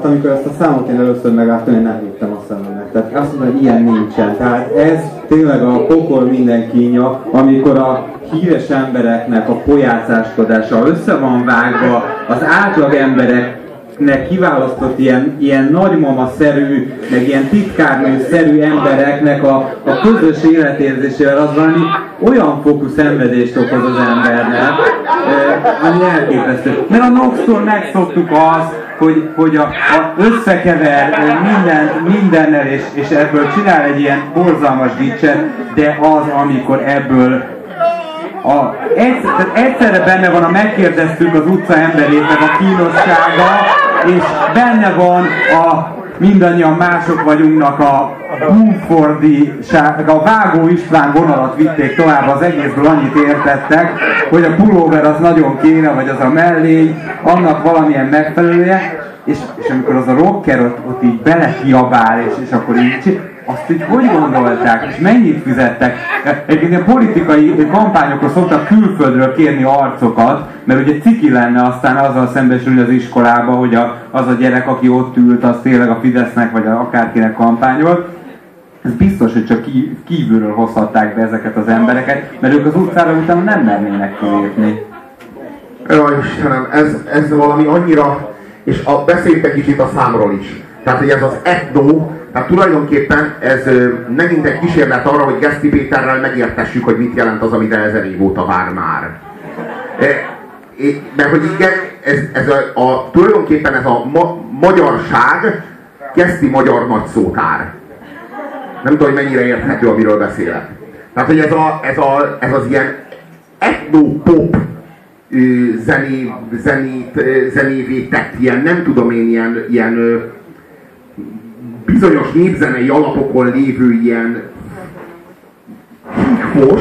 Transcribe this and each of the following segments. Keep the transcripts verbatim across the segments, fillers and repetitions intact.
amikor ezt a számot én először megláttam, én nem hittem a szememnek. Tehát azt mondom, hogy ilyen nincsen. Tehát ez tényleg a pokol minden kínja, amikor a híres embereknek a pojácáskodása össze van vágva az átlag embereknek kiválasztott ilyen, ilyen nagymama-szerű, meg ilyen titkárnő-szerű embereknek a, a közös életérzésével az valami olyan fokú szenvedést okoz az embernek, eh, ami elképesztő. Mert a Noxtól megszoktuk azt, hogy, hogy a, a összekever minden, mindennel, és, és ebből csinál egy ilyen borzalmas gicset, de az, amikor ebből a, egyszer, egyszerre benne van a megkérdeztük az utca emberét, meg a kínossága, és benne van a mindannyian mások vagyunknak a Bumfordiság, a Vágó István vonalat vitték tovább, az egészből annyit értettek, hogy a pulóver az nagyon kéne, vagy az a mellény, annak valamilyen megfelelője, és, és amikor az a rocker ott, ott így belekiabál, és, és akkor így, azt így hogy gondolták, és mennyit fizettek? Egyébként ilyen politikai kampányokról szoktak külföldről kérni arcokat, mert ugye ciki lenne aztán azzal szembesülni az iskolába, hogy a, az a gyerek, aki ott ült, az tényleg a Fidesznek, vagy a akárkinek kampányolt. Ez biztos, hogy csak kívülről hozhatták be ezeket az embereket, mert ők az utcára utána nem mernének kilépni. Jaj, Istenem, ez, ez valami annyira, és a, beszéljünk egy kicsit a számról is. Tehát, hogy ez az etno, tehát tulajdonképpen ez megint egy kísérlet arra, hogy Geszti Péterrel megértessük, hogy mit jelent az, amit ezer év óta vár már. E, e, mert hogy igen, ez, ez a, a, tulajdonképpen ez a ma, magyarság Geszti magyar nagyszótár. Nem tudom, hogy mennyire érthető, amiről beszélek. Tehát, hogy ez, a, ez, a, ez az ilyen etno-pop zené, zenét, zenévé tett ilyen, nem tudom én, ilyen, ilyen bizonyos népzenei alapokon lévő ilyen hígfos,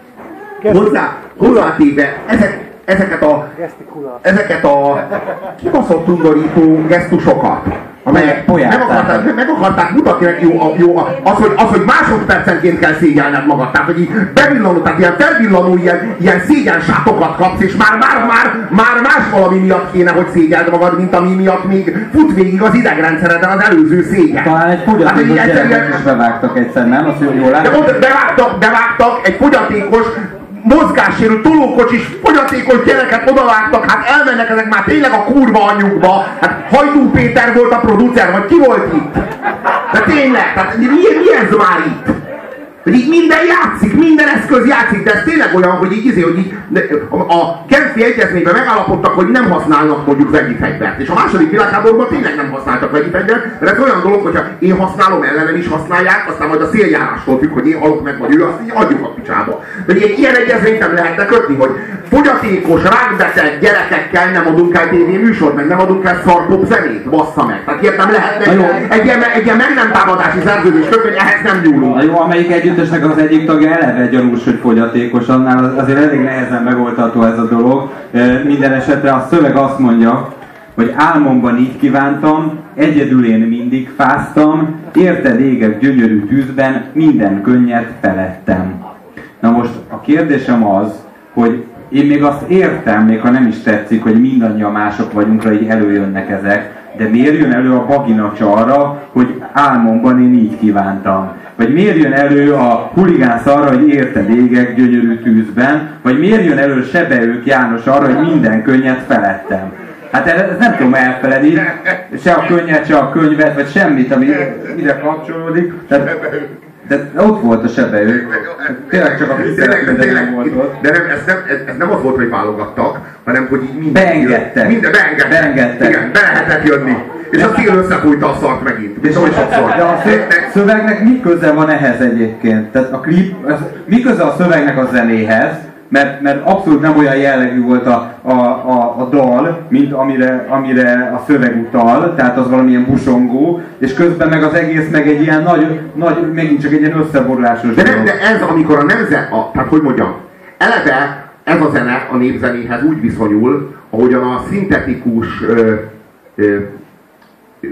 hozzá, hozzátéve ezek, ezeket a ezeket a kibaszott undorító gesztusokat, amelyek meg akarták, meg akarták mutatni neki jó, jó, az, hogy, az, hogy másodpercenként kell szégyelned magad. Tehát, hogy így bevillanó, tehát ilyen felvillanó, ilyen, ilyen szégyensátokat kapsz, és már, már, már, már más valami miatt kéne, hogy szégyeld magad, mint ami miatt még fut végig az idegrendszereden az előző szégyen. Talán egy fogyatékos gyereket is bevágtak egyszer, nem? Azt jól de ott bevágtak, bevágtak egy fogyatékos, mozgássérült, tolókocsis, fogyatékos gyereket odavágtak, hát elmennek ezek már tényleg a kurva anyjukba. Hát Hajdú Péter volt a producer, vagy ki volt itt? De tényleg, tehát mi, mi ez már itt? Hogy így minden játszik, minden eszköz játszik, de ez tényleg olyan, hogy így, izé, hogy így a, a Genfi egyezményben megállapodtak, hogy nem használnak mondjuk vegyi fegyvert. És a második világháborúban tényleg nem használtak vegyi fegyvert, mert ez olyan dolog, hogyha én használom, ellenem is használják, aztán majd a széljárástól függ, hogy én halok meg, vagy ő, azt így adjuk a picsába. De ilyen, ilyen egyezményt nem lehetne kötni, hogy fogyatékos, rákbeteg gyerekekkel nem adunk el tévé műsort, meg nem adunk el szarpop zenét, bassza meg. Tehát ilyet nem lehetne egy, egy, ilyen, egy ilyen meg nem támadási szerződés kötni, hogy ehhez nem nyúlunk. Jó, amelyik együttesnek az egyik tagja eleve gyanús, hogy fogyatékos, annál azért elég nehezen megoldható ez a dolog. Minden esetre a szöveg azt mondja, hogy álmomban így kívántam, egyedül én mindig fáztam, érted égek gyönyörű tűzben, minden könnyet felettem. Na most a kérdésem az, hogy én még azt értem, még ha nem is tetszik, hogy mindannyian mások vagyunkra így előjönnek ezek, de miért jön elő a baginacsa arra, hogy álmomban én így kívántam? Vagy miért jön elő a huligánsz arra, hogy érted égek gyönyörű tűzben? Vagy miért jön elő Sebeők János arra, hogy minden könnyet felettem? Hát ezt nem tudom elfeledni, se a könnyet, se a könyvet, vagy semmit, ami ide kapcsolódik. Tehát, de ott volt a Sebeők. Tényleg csak a fizetőben nem volt ott. De nem, ez, nem, ez, ez nem az volt, hogy válogattak, hanem hogy így minden... Beengedtek. Minden, beengedtek. Beengedtek. Igen, be lehetett jönni. És a szél összefújta a szart megint. És hogy sokszor. De a szövegnek mi köze van ehhez egyébként? Tehát a klip, az, mi köze a szövegnek a zenéhez? Mert, mert abszolút nem olyan jellegű volt a, a, a, a dal, mint amire, amire a szöveg utal, tehát az valamilyen busongó, és közben meg az egész meg egy ilyen nagy, nagy megint csak egy ilyen összeborulásos de, nem, de ez amikor a nemzet, a, tehát hogy mondjam, eleve ez a zene a népzenéhez úgy viszonyul, ahogyan a szintetikus ö, ö, ö,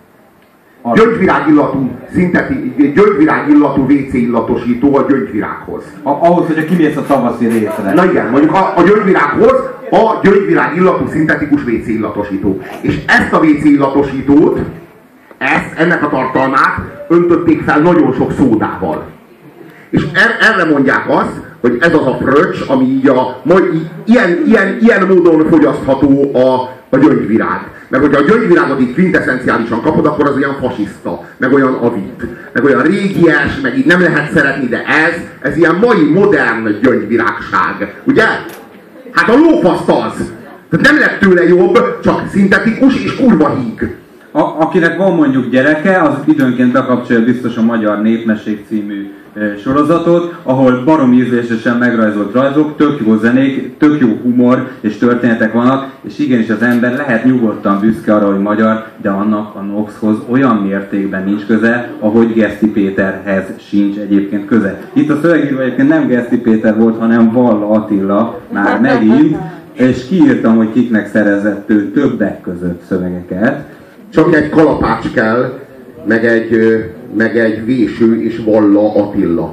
gyöngyvirág illatú, szinteti, gyöngyvirág illatú vé cé illatosító a gyöngyvirághoz. A, ahhoz, hogy kimész a tavaszi részre. Na igen, mondjuk a, a gyöngyvirághoz a gyöngyvirág illatú szintetikus vé cé illatosító. És ezt a vé cé illatosítót, ezt, ennek a tartalmát öntötték fel nagyon sok szódával. És er, erre mondják azt, hogy ez az a fröccs, ami így a, majd ilyen, ilyen, ilyen módon fogyasztható a, a gyöngyvirág. Meg hogyha a gyöngyvirágot így kvinteszenciálisan kapod, akkor az olyan fasiszta, meg olyan avid, meg olyan régies, meg így nem lehet szeretni, de ez, ez ilyen mai modern gyöngyvirágság, ugye? Hát a lófaszt az! Tehát nem lett tőle jobb, csak szintetikus és kurva híg. A, akinek van mondjuk gyereke, az időnként bekapcsolja biztos a Magyar Népmesség című e, sorozatot, ahol barom ízlésesen megrajzolt rajzok, tök jó zenék, tök jó humor és történetek vannak, és igenis az ember lehet nyugodtan büszke arra, hogy magyar, de annak a Noxhoz olyan mértékben nincs köze, ahogy Geszti Péterhez sincs egyébként köze. Itt a szövegíró egyébként nem Geszti Péter volt, hanem Valla Attila, már megint, és kiírtam, hogy kiknek szerezett ő többek között szövegeket. Csak egy kalapács kell, meg egy, meg egy véső és Valla Attila.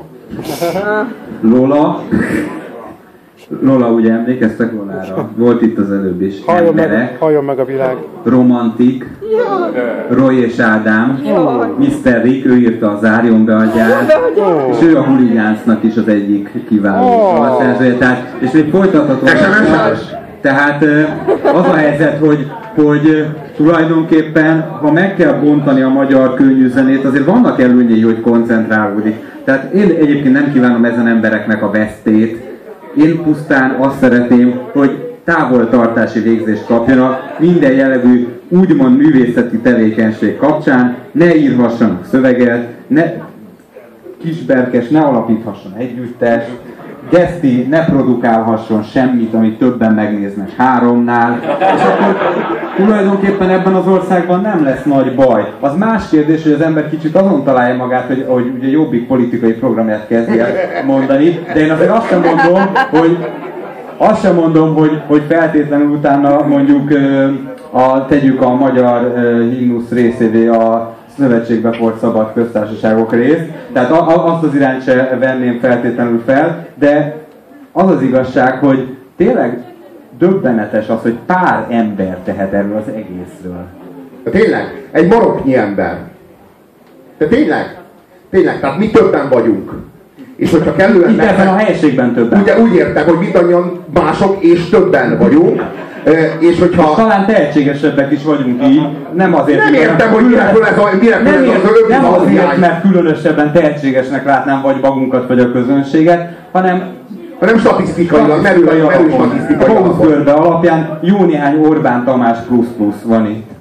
Lola. Lola, ugye emlékeztek Lolára? Volt itt az előbb is. Halljon meg, halljon meg a világ. Romantik. Roy és Ádám. miszter Rick, ő írta a Zárjon be a gyár. És ő a Huligánsznak is az egyik kiváló dalszerzője. Tehát, és még folytatható. Tehát az a helyzet, hogy, hogy tulajdonképpen, ha meg kell bontani a magyar könnyűzenét, azért vannak előnyei, hogy koncentrálódik. Tehát én egyébként nem kívánom ezen embereknek a vesztét. Én pusztán azt szeretném, hogy távoltartási végzést kapjanak minden jellegű úgymond művészeti tevékenység kapcsán, ne írhassanak szöveget, ne Kisberkes ne alapíthasson együttest, Geszti ne produkálhasson semmit, amit többen megnéznek háromnál, és akkor tulajdonképpen ebben az országban nem lesz nagy baj. Az más kérdés, hogy az ember kicsit azon találja magát, hogy, hogy ugye Jobbik politikai programját kezdi el mondani, de én azért azt sem mondom, hogy azt sem mondom, hogy, hogy feltétlenül utána mondjuk a, tegyük a magyar himnusz részévé a szövetségbe fort szabad köztársaságok részt. Tehát azt az irányt se venném feltétlenül fel, de az az igazság, hogy tényleg döbbenetes az, hogy pár ember tehet erről az egészről. De tényleg, egy maroknyi ember. De tényleg, tényleg, tehát mi többen vagyunk. És hogyha kellően... Itt ebben a helyiségben többen. Ugye úgy értem, hogy mindannyian mások és többen vagyunk. És hogyha... És talán tehetségesebbek is vagyunk így, nem azért... Nem értem, hogy mire föl ez a, mire föl ez az öbbi Nem azért, mert különösebben tehetségesnek látnám vagy magunkat, vagy a közönséget, hanem... hanem statisztikailag, merő, merő statisztikai alapon. alapján jó néhány Orbán Tamás plusz plusz van itt.